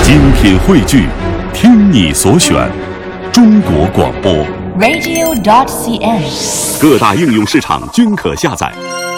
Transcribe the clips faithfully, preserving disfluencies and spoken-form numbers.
精品汇聚，听你所选，中国广播 radio dot c n， 各大应用市场均可下载。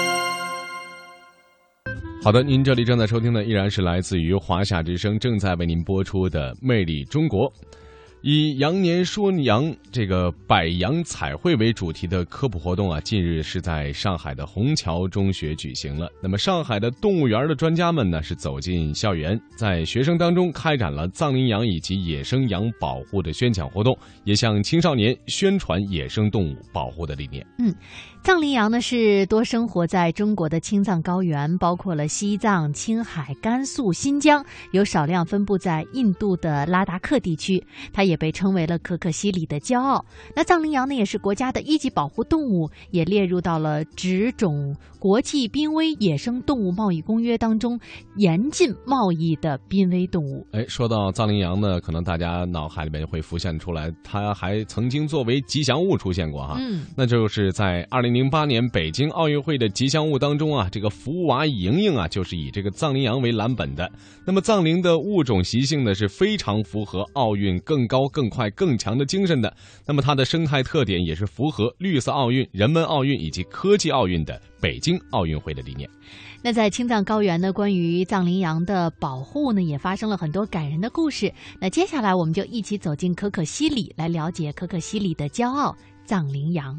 好的，您这里正在收听的依然是来自于华夏之声正在为您播出的《魅力中国》。以羊年说羊这个百羊彩绘为主题的科普活动啊，近日是在上海的虹桥中学举行了。那么上海的动物园的专家们呢，是走进校园，在学生当中开展了藏羚羊以及野生羊保护的宣讲活动，也向青少年宣传野生动物保护的理念。 嗯，藏羚羊呢是多生活在中国的青藏高原，包括了西藏、青海、甘肃、新疆，有少量分布在印度的拉达克地区。它也被称为了可可西里的骄傲。那藏羚羊呢，也是国家的一级保护动物，也列入到了植种国际濒危野生动物贸易公约当中严禁贸易的濒危动物。 哎，说到藏羚羊呢，可能大家脑海里面会浮现出来，它还曾经作为吉祥物出现过哈。嗯，那就是在二零零八年北京奥运会的吉祥物当中啊，这个福娃莹莹啊，就是以这个藏羚羊为蓝本的。那么藏羚的物种习性呢，是非常符合奥运更高、更快、更强的精神的。那么它的生态特点也是符合绿色奥运、人文奥运以及科技奥运的北京奥运会的理念。 那在青藏高原呢，关于藏羚羊的保护呢，也发生了很多感人的故事。那接下来我们就一起走进可可西里，来了解可可西里的骄傲——藏羚羊。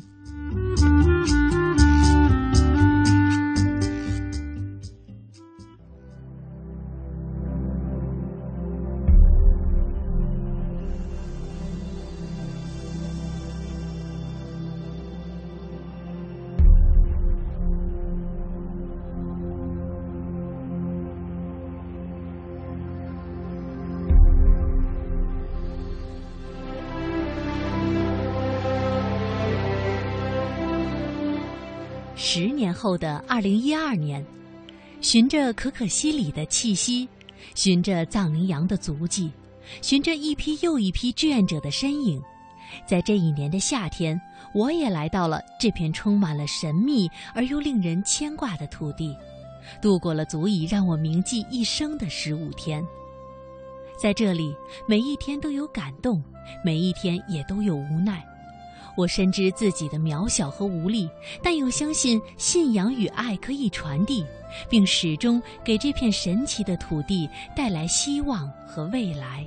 十年后的二零一二年，循着可可西里的气息，循着藏羚羊的足迹，循着一批又一批志愿者的身影，在这一年的夏天，我也来到了这片充满了神秘而又令人牵挂的土地，度过了足以让我铭记一生的十五天。在这里，每一天都有感动，每一天也都有无奈。我深知自己的渺小和无力，但又相信信仰与爱可以传递，并始终给这片神奇的土地带来希望和未来。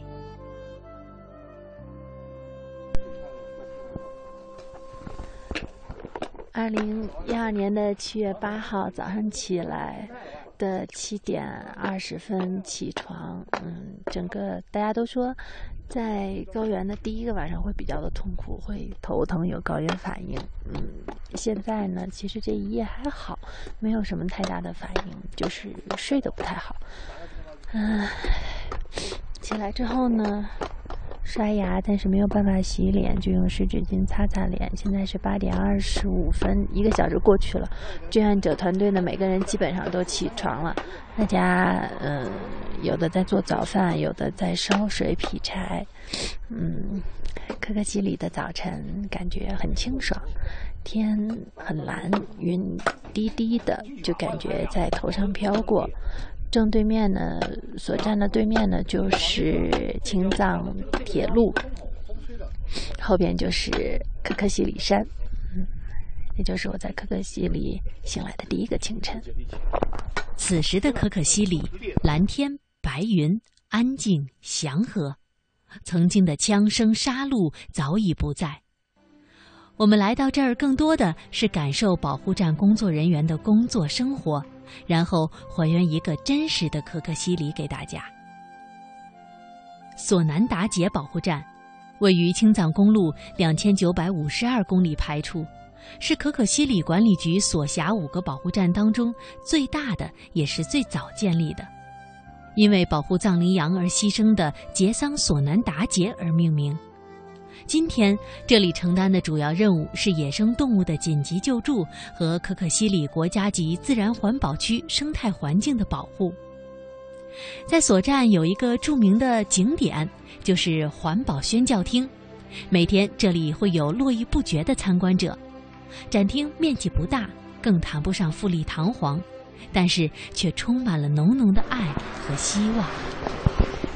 二零一二年的七月八号早上起来的七点二十分起床，嗯，整个大家都说，在高原的第一个晚上会比较的痛苦，会头疼，有高原反应。嗯，现在呢，其实这一夜还好，没有什么太大的反应，就是睡得不太好。嗯，起来之后呢，刷牙，但是没有办法洗脸，就用湿纸巾擦擦脸。现在是八点二十五分，一个小时过去了。志愿者团队的每个人基本上都起床了，大家嗯，有的在做早饭，有的在烧水劈柴。嗯，可可西里的早晨感觉很清爽，天很蓝，云低低的，就感觉在头上飘过。正对面呢，所站的对面呢就是青藏铁路，后边就是可可西里山。嗯，也就是我在可可西里醒来的第一个清晨。 此时的可可西里，蓝天白云，安静祥和，曾经的枪声杀戮早已不在。我们来到这儿，更多的是感受保护站工作人员的工作生活，然后还原一个真实的可可西里给大家。索南达杰保护站位于青藏公路两千九百五十二公里排处，是可可西里管理局所辖五个保护站当中最大的，也是最早建立的，因为保护藏羚羊而牺牲的杰桑索南达杰而命名。今天这里承担的主要任务是野生动物的紧急救助和可可西里国家级自然环保区生态环境的保护。在所站有一个著名的景点，就是环保宣教厅，每天这里会有络绎不绝的参观者。展厅面积不大，更谈不上富丽堂皇，但是却充满了浓浓的爱和希望。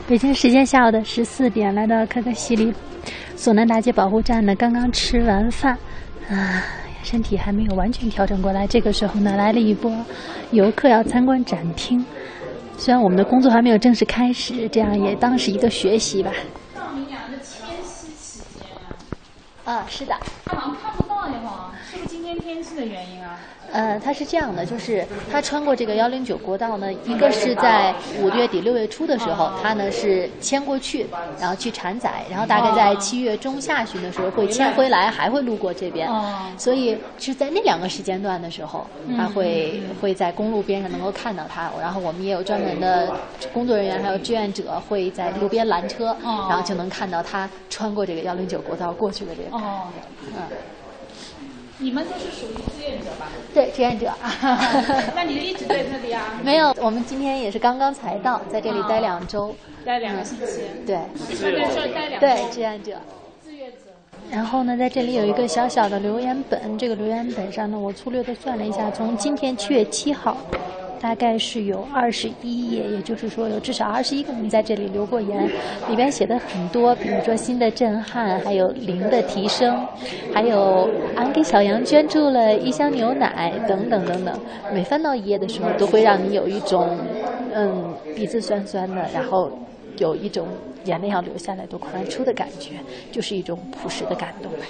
北京时间下午的十四点，来到可可西里索南达街保护站呢，刚刚吃完饭，啊，身体还没有完全调整过来。这个时候呢，来了一波游客要参观展厅。虽然我们的工作还没有正式开始，这样也当是一个学习吧。 丈母娘的迁徙期间啊， 啊，是的。 好像看不到呀哈，是不是今天天气的原因啊？ 呃，它是这样的，就是它穿过这个幺零九国道呢，一个是在五月底六月初的时候，它呢是迁过去，然后去产仔，然后大概在七月中下旬的时候会迁回来，还会路过这边，所以是在那两个时间段的时候，它会会在公路边上能够看到它，然后我们也有专门的工作人员还有志愿者会在路边拦车，然后就能看到它穿过这个幺零九国道过去的这个感觉，嗯。 你们都是属于志愿者吧？ 对，志愿者。 那你就一直在这里啊？ 没有，我们今天也是刚刚才到，在这里待两周， 待两个星期。 对， 志愿者待两周。 对，志愿者。 志愿者。 然后呢，在这里有一个小小的留言本，这个留言本上呢，我粗略的算了一下，从今天七月七号。大概是有二十一页，也就是说有至少二十一个人在这里留过言，里边写的很多，比如说新的震撼，还有零的提升，还有俺给小羊捐助了一箱牛奶等等等等。每翻到一页的时候，都会让你有一种嗯鼻子酸酸的，然后有一种眼泪要流下来都快出的感觉，就是一种朴实的感动吧。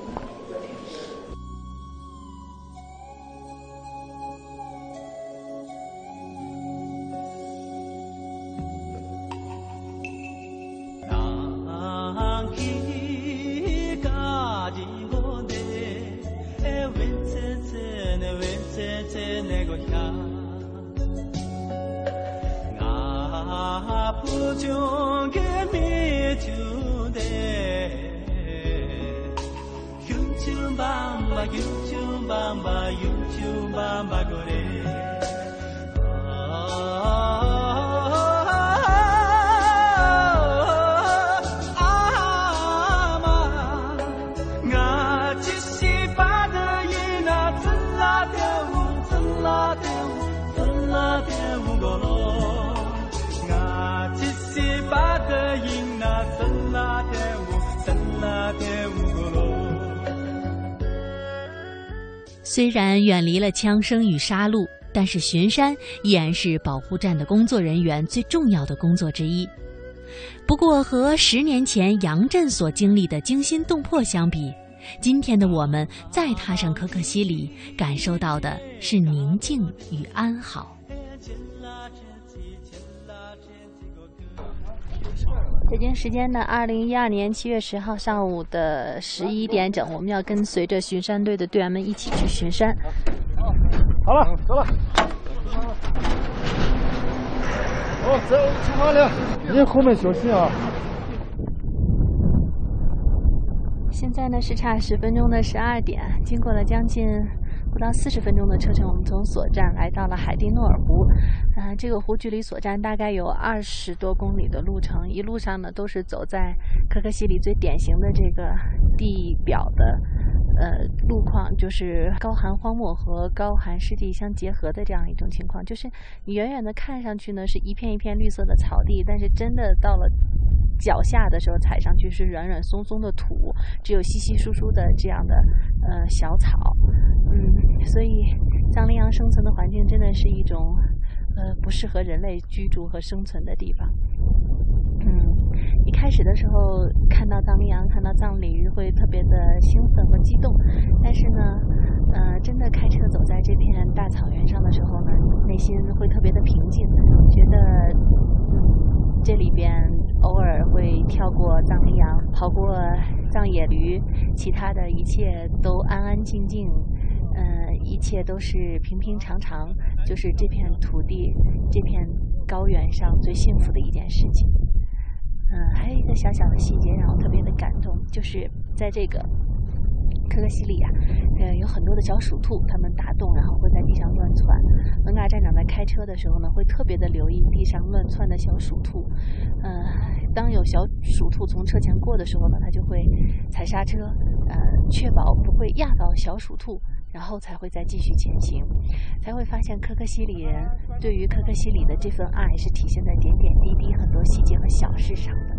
虽然远离了枪声与杀戮，但是巡山依然是保护站的工作人员最重要的工作之一。不过和十年前杨震所经历的惊心动魄相比，今天的我们再踏上可可西里，感受到的是宁静与安好。 北京时间的二零一二年七月十号上午的十一点整，我们要跟随着巡山队的队员们一起去巡山。 好了，走了。好，走，出发了。你后面小心啊。 现在呢是差十分钟的十二点，经过了将近不到四十分钟的车程，我们从索站来到了海蒂诺尔湖。呃，这个湖距离索站大概有二十多公里的路程，一路上呢都是走在可可西里最典型的这个地表的呃路况，就是高寒荒漠和高寒湿地相结合的这样一种情况。就是你远远的看上去呢是一片一片绿色的草地，但是真的到了脚下的时候踩上去是软软松松的土，只有稀稀疏疏的这样的呃小草。嗯，所以藏羚羊生存的环境真的是一种呃不适合人类居住和生存的地方。嗯，一开始的时候看到藏羚羊看到藏鲤鱼会特别的兴奋和激动，但是呢呃真的开车走在这片大草原上的时候呢，内心会特别的平静，觉得嗯这里边偶尔会跳过藏羚羊，跑过藏野驴，其他的一切都安安静静，呃，一切都是平平常常，就是这片土地这片高原上最幸福的一件事情。嗯、呃，还有一个小小的细节让我特别的感动，就是在这个可可西里啊，呃，有很多的小鼠兔，它们打洞，然后会在地上乱窜。文嘎站长在开车的时候呢，会特别的留意地上乱窜的小鼠兔。呃，当有小鼠兔从车前过的时候呢，他就会踩刹车，呃，确保不会压到小鼠兔， 然后才会再继续前行，才会发现可可西里人对于可可西里的这份爱是体现在点点滴滴很多细节和小事上的。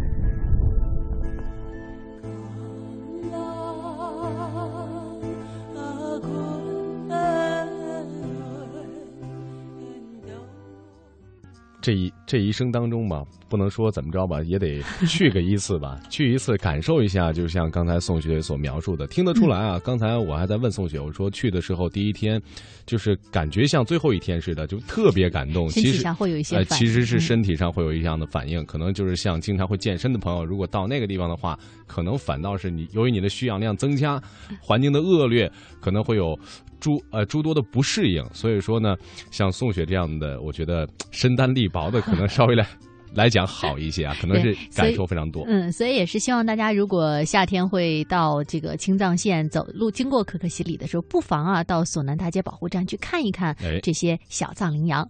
这一这一生当中吧，不能说怎么着吧，也得去个一次吧，去一次感受一下，就像刚才宋雪所描述的，听得出来啊。嗯、刚才我还在问宋雪，我说去的时候第一天，就是感觉像最后一天似的，就特别感动。 身体上会有一些反应， 呃，其实是身体上会有一样的反应，嗯、可能就是像经常会健身的朋友，如果到那个地方的话，可能反倒是你由于你的需氧量增加，环境的恶劣，可能会有。诸呃诸多的不适应，所以说呢，像宋雪这样的，我觉得身单力薄的，可能稍微来来讲好一些啊，可能是感受非常多。 嗯，所以也是希望大家如果夏天会到这个青藏线走路经过可可西里的时候，不妨啊到索南大街保护站去看一看这些小藏羚羊。